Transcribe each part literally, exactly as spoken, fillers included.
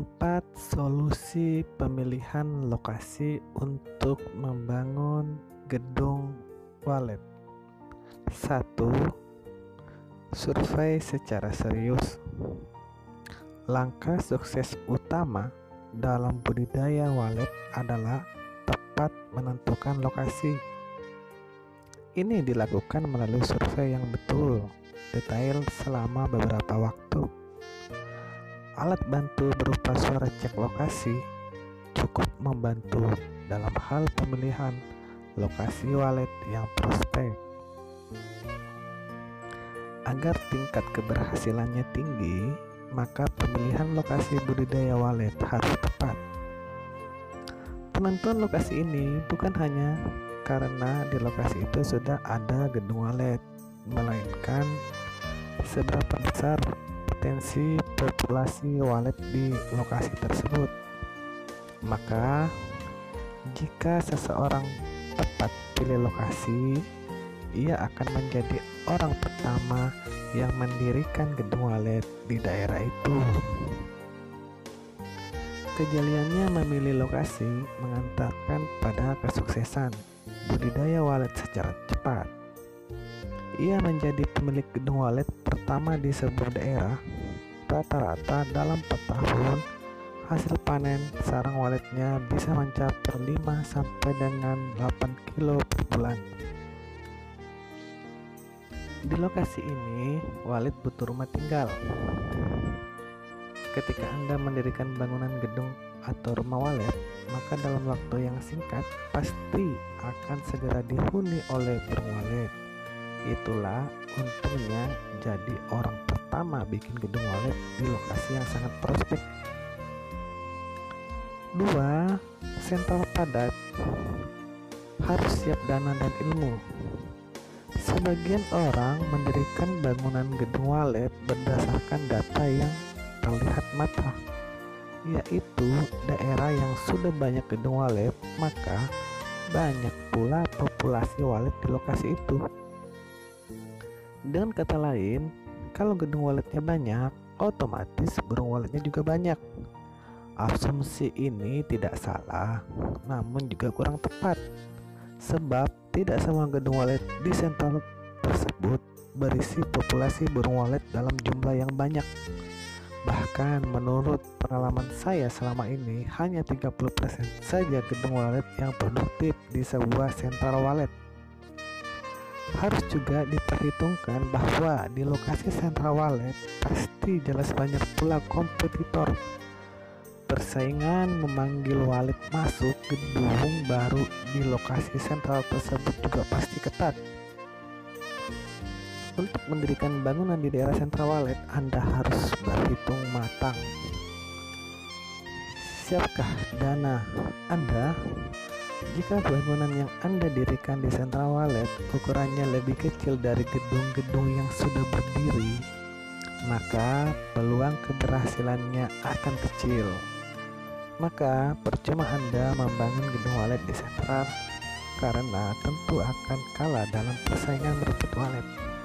Empat solusi pemilihan lokasi untuk membangun gedung walet. Satu, survei secara serius. Langkah sukses utama dalam budidaya walet adalah tepat menentukan lokasi. Ini dilakukan melalui survei yang betul, detail selama beberapa waktu. Alat bantu berupa suara cek lokasi cukup membantu dalam hal pemilihan lokasi walet yang prospek. Agar tingkat keberhasilannya tinggi, maka pemilihan lokasi budidaya walet harus tepat. Penentuan lokasi ini bukan hanya karena di lokasi itu sudah ada gedung walet, melainkan seberapa besar potensi populasi walet di lokasi tersebut. Maka, jika seseorang tepat pilih lokasi, ia akan menjadi orang pertama yang mendirikan gedung walet di daerah itu. Kejeliannya memilih lokasi mengantarkan pada kesuksesan budidaya walet secara cepat. Ia menjadi pemilik gedung walet pertama di sebuah daerah. Rata-rata dalam empat tahun hasil panen sarang waletnya bisa mencapai lima sampai dengan delapan kilo per bulan. Di lokasi ini walet butuh rumah tinggal. Ketika Anda mendirikan bangunan gedung atau rumah walet, maka dalam waktu yang singkat pasti akan segera dihuni oleh burung walet. Itulah untungnya jadi orang pertama bikin gedung walet di lokasi yang sangat prospek. Dua, sentral padat. Harus siap dana dan ilmu. Sebagian orang mendirikan bangunan gedung walet berdasarkan data yang terlihat mata, yaitu daerah yang sudah banyak gedung walet, maka banyak pula populasi walet di lokasi itu. Dengan kata lain, kalau gedung waletnya banyak, otomatis burung waletnya juga banyak. Asumsi ini tidak salah, namun juga kurang tepat. Sebab tidak semua gedung walet di sentral tersebut berisi populasi burung walet dalam jumlah yang banyak. Bahkan menurut pengalaman saya selama ini, hanya tiga puluh persen saja gedung walet yang produktif di sebuah sentral walet. Harus juga diperhitungkan bahwa di lokasi sentral walet pasti jelas banyak pula kompetitor. Persaingan memanggil walet masuk gedung baru di lokasi sentral tersebut juga pasti ketat. Untuk mendirikan bangunan di daerah sentral walet, Anda harus berhitung matang. Siapkah dana Anda? Jika bangunan yang Anda dirikan di sentral walet ukurannya lebih kecil dari gedung-gedung yang sudah berdiri, maka peluang keberhasilannya akan kecil. Maka percuma Anda membangun gedung walet di sentral, karena tentu akan kalah dalam persaingan merebut walet.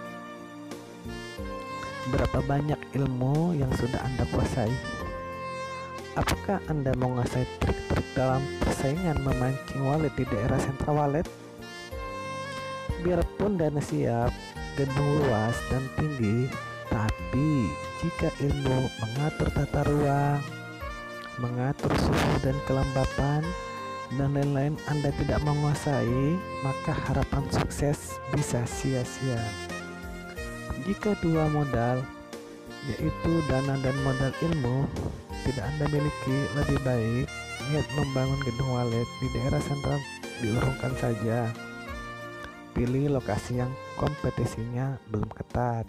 Berapa banyak ilmu yang sudah Anda kuasai? Apakah Anda mau menguasai trik-trik dalam persaingan memancing walet di daerah sentral walet? Biarpun dana siap, gedung luas dan tinggi, tapi jika ilmu mengatur tata ruang, mengatur suhu dan kelembapan, dan lain-lain Anda tidak menguasai, maka harapan sukses bisa sia-sia. Jika dua modal, yaitu dana dan modal ilmu, tidak Anda miliki, lebih baik niat membangun gedung walet di daerah sentral diurungkan saja. Pilih lokasi yang kompetisinya belum ketat.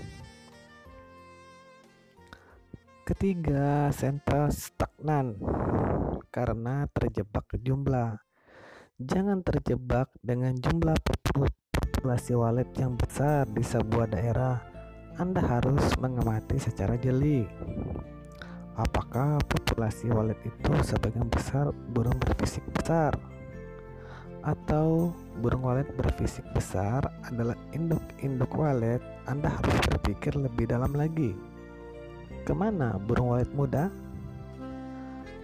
Ketiga, sentral stagnan karena terjebak ke jumlah. Jangan terjebak dengan jumlah populasi walet yang besar di sebuah daerah. Anda harus mengamati secara jeli. Apakah populasi walet itu sebagian besar burung berfisik besar, atau burung walet berfisik besar adalah induk-induk walet? Anda harus berpikir lebih dalam lagi. Kemana burung walet muda?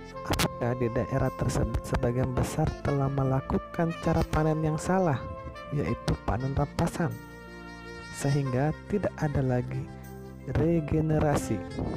Apakah di daerah tersebut sebagian besar telah melakukan cara panen yang salah, yaitu panen rampasan, sehingga tidak ada lagi regenerasi?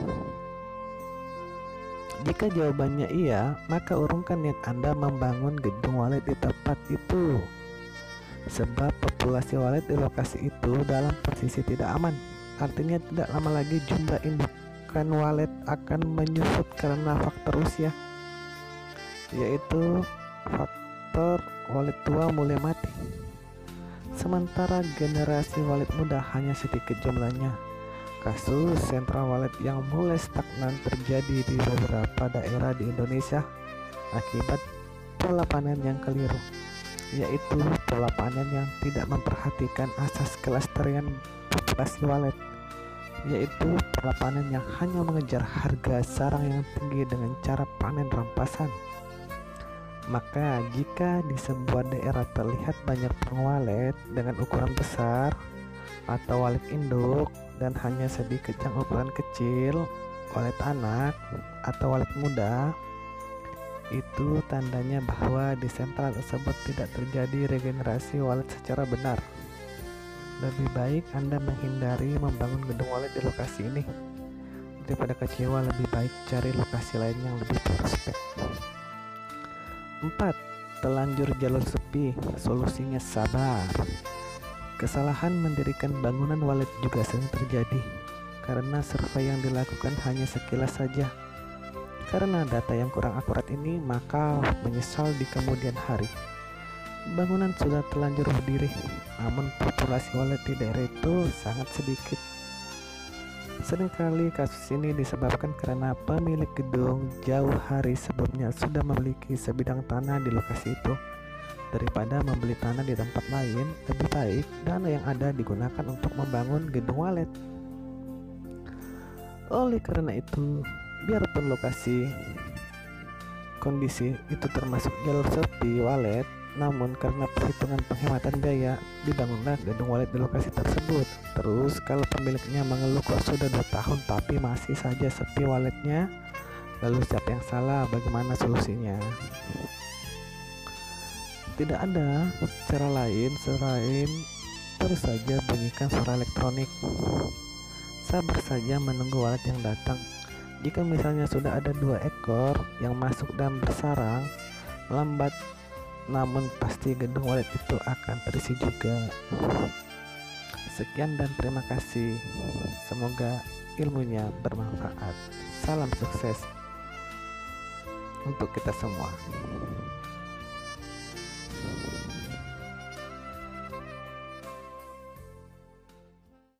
Jika jawabannya iya, maka urungkan niat Anda membangun gedung walet di tempat itu, sebab populasi walet di lokasi itu dalam posisi tidak aman. Artinya tidak lama lagi jumlah indukan walet akan menyusut karena faktor usia, yaitu faktor walet tua mulai mati. Sementara generasi walet muda hanya sedikit jumlahnya. Kasus sentral walet yang mulai stagnan terjadi di beberapa daerah di Indonesia akibat pola panen yang keliru, yaitu pola panen yang tidak memperhatikan asas kelestarian populasi walet, yaitu pola panen yang hanya mengejar harga sarang yang tinggi dengan cara panen rampasan. Maka jika di sebuah daerah terlihat banyak pengwalet dengan ukuran besar atau walet induk dan hanya sedikit yang ukuran kecil, walet anak atau walet muda, itu tandanya bahwa di sentral tersebut tidak terjadi regenerasi walet secara benar. Lebih baik Anda menghindari membangun gedung walet di lokasi ini. Daripada kecewa, lebih baik cari lokasi lain yang lebih prospek. Empat. Telanjur jalur sepi, solusinya sabar. Kesalahan mendirikan bangunan walet juga sering terjadi karena survei yang dilakukan hanya sekilas saja. Karena data yang kurang akurat ini, maka menyesal di kemudian hari. Bangunan sudah telanjur berdiri, namun populasi walet di daerah itu sangat sedikit. Seringkali kasus ini disebabkan karena pemilik gedung jauh hari sebelumnya sudah memiliki sebidang tanah di lokasi itu. Daripada membeli tanah di tempat lain, lebih baik dana yang ada digunakan untuk membangun gedung walet. Oleh karena itu, biarpun lokasi kondisi itu termasuk jalur sepi walet, namun karena perhitungan penghematan biaya, dibangunlah gedung walet di lokasi tersebut. Terus kalau pemiliknya mengeluh kok sudah dua tahun tapi masih saja sepi waletnya, lalu siapa yang salah? Bagaimana solusinya? Tidak ada cara lain selain terus saja bunyikan suara elektronik. Sabar saja menunggu walet yang datang. Jika misalnya sudah ada dua ekor yang masuk dan bersarang, lambat namun pasti gedung walet itu akan terisi juga. Sekian dan terima kasih. Semoga ilmunya bermanfaat. Salam sukses untuk kita semua.